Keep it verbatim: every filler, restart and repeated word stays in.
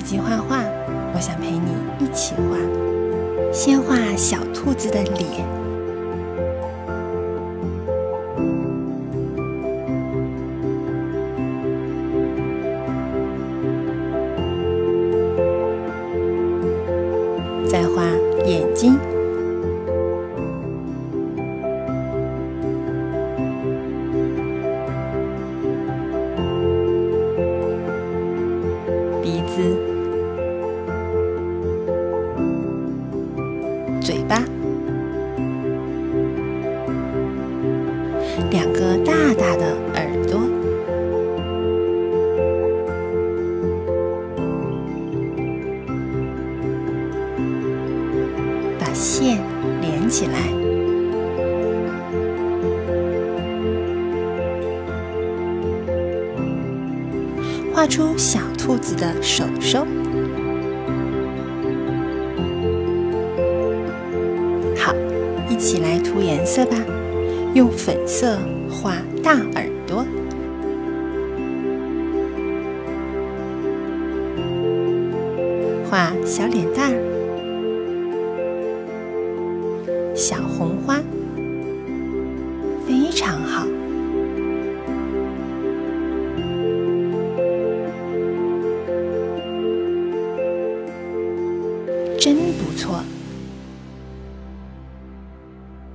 己画画，我想陪你一起画。先画小兔子的脸，再画眼睛，鼻子，嘴巴，两个大大的耳朵，把线连起来，画出小兔子的手手。好，一起来涂颜色吧。用粉色画大耳朵，画小脸蛋儿，小红花，非常好。真不错。